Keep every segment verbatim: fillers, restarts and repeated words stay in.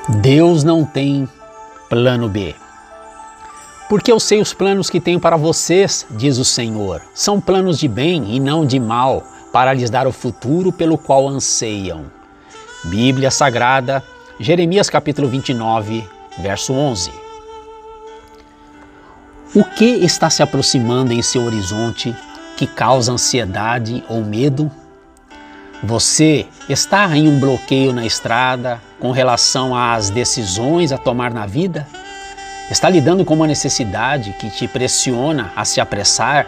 Deus não tem plano B. Porque eu sei os planos que tenho para vocês, diz o Senhor. São planos de bem e não de mal, para lhes dar o futuro pelo qual anseiam. Bíblia Sagrada, Jeremias capítulo vinte e nove, verso onze. O que está se aproximando em seu horizonte que causa ansiedade ou medo? Você está em um bloqueio na estrada com relação às decisões a tomar na vida? Está lidando com uma necessidade que te pressiona a se apressar?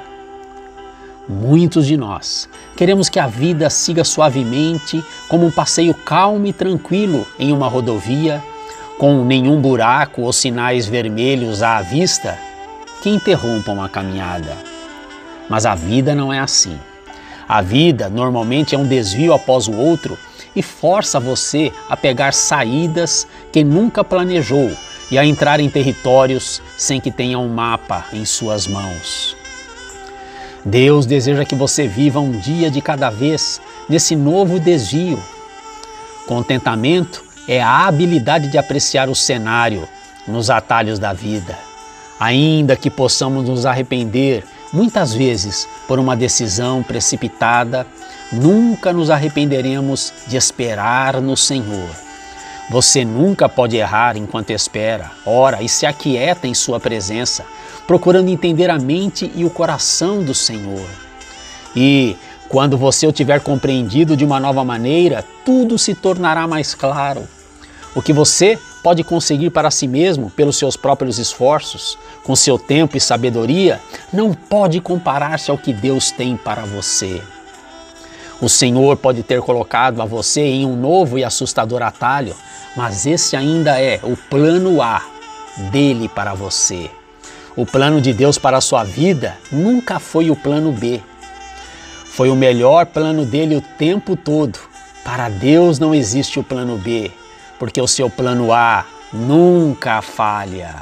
Muitos de nós queremos que a vida siga suavemente como um passeio calmo e tranquilo em uma rodovia, com nenhum buraco ou sinais vermelhos à vista que interrompam a caminhada. Mas a vida não é assim. A vida normalmente é um desvio após o outro e força você a pegar saídas que nunca planejou e a entrar em territórios sem que tenha um mapa em suas mãos. Deus deseja que você viva um dia de cada vez nesse novo desvio. Contentamento é a habilidade de apreciar o cenário nos atalhos da vida. Ainda que possamos nos arrepender muitas vezes por uma decisão precipitada, nunca nos arrependeremos de esperar no Senhor. Você nunca pode errar enquanto espera, ora e se aquieta em sua presença, procurando entender a mente e o coração do Senhor. E quando você o tiver compreendido de uma nova maneira, tudo se tornará mais claro. O que você pode conseguir para si mesmo pelos seus próprios esforços, com seu tempo e sabedoria, não pode comparar-se ao que Deus tem para você. O Senhor pode ter colocado a você em um novo e assustador atalho, mas esse ainda é o plano A dele para você. O plano de Deus para a sua vida nunca foi o plano B. Foi o melhor plano dele o tempo todo. Para Deus não existe o plano B, porque o seu plano A nunca falha.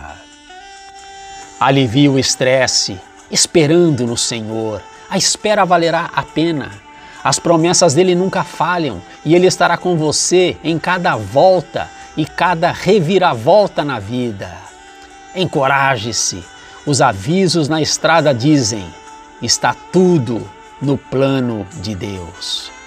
Alivie o estresse, esperando no Senhor. A espera valerá a pena. As promessas dele nunca falham e ele estará com você em cada volta e cada reviravolta na vida. Encoraje-se. Os avisos na estrada dizem: está tudo no plano de Deus.